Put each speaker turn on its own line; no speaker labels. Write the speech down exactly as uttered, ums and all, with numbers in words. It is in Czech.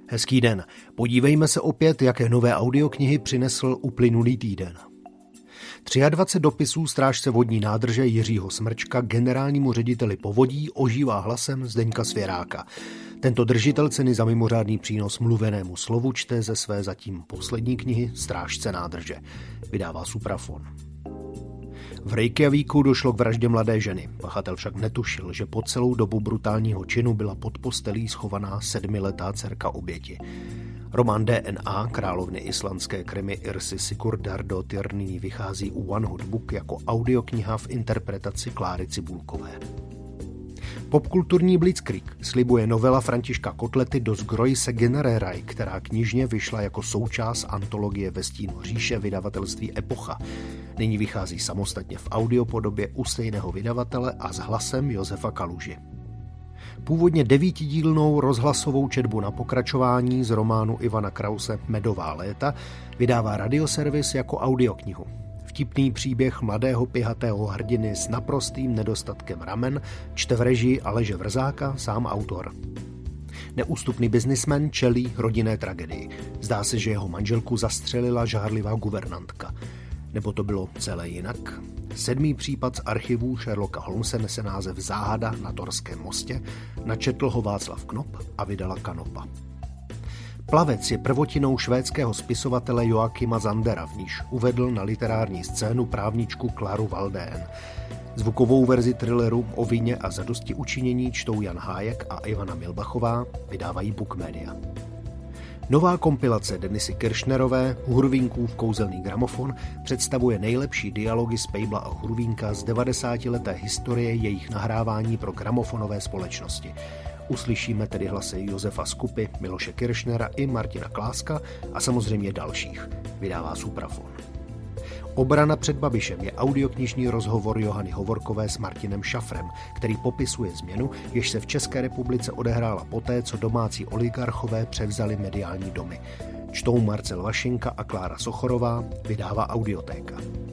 Hezký den. Podívejme se opět, jaké nové audioknihy přinesl uplynulý týden. dvacet tři dopisů strážce vodní nádrže Jiřího Smrčka generálnímu řediteli povodí ožívá hlasem Zdeňka Svěráka. Tento držitel ceny za mimořádný přínos mluvenému slovu čte ze své zatím poslední knihy Strážce nádrže. Vydává Suprafon. V Reykjavíku došlo k vraždě mladé ženy. Pachatel však netušil, že po celou dobu brutálního činu byla pod postelí schovaná sedmiletá dcerka oběti. Román D N A královny islandské krimi Irsy Sigurdardóttir nyní vychází u One Hot Book jako audiokniha v interpretaci Kláry Cibulkové. Popkulturní Blitzkrieg slibuje novela Františka Kotlety Dos Groise Genereraj, která knižně vyšla jako součást antologie Ve stínu říše vydavatelství Epocha. Nyní vychází samostatně v audiopodobě u stejného vydavatele a s hlasem Josefa Kaluži. Původně devítidílnou rozhlasovou četbu na pokračování z románu Ivana Krause Medová léta vydává Radioservis jako audioknihu. Vtipný příběh mladého pihatého hrdiny s naprostým nedostatkem ramen čte v režii Aleže Vrzáka sám autor. Neústupný biznismen čelí rodinné tragedii. Zdá se, že jeho manželku zastřelila žárlivá guvernantka. Nebo to bylo celé jinak? Sedmý případ z archivů Sherlocka Holmese nese název Záhada na Torském mostě, načetl ho Václav Knop a vydala Kanopa. Plavec je prvotinou švédského spisovatele Joakima Zandera, v níž uvedl na literární scénu právničku Kláru Waldén. Zvukovou verzi thrilleru O vině a zadosti učinění čtou Jan Hájek a Ivana Milbachová, vydávají Book Media. Nová kompilace Denisy Kiršnerové Hurvínkův kouzelný gramofon představuje nejlepší dialogy z Pejbla a Hurvínka z devadesátileté historie jejich nahrávání pro gramofonové společnosti. Uslyšíme tedy hlasy Josefa Skupy, Miloše Kiršnera i Martina Kláska a samozřejmě dalších. Vydává Suprafon. Obrana před Babišem je audioknižní rozhovor Johany Hovorkové s Martinem Šafrem, který popisuje změnu, jež se v České republice odehrála poté, co domácí oligarchové převzali mediální domy. Čtou Marcel Vašinka a Klára Sochorová, vydává Audiotéka.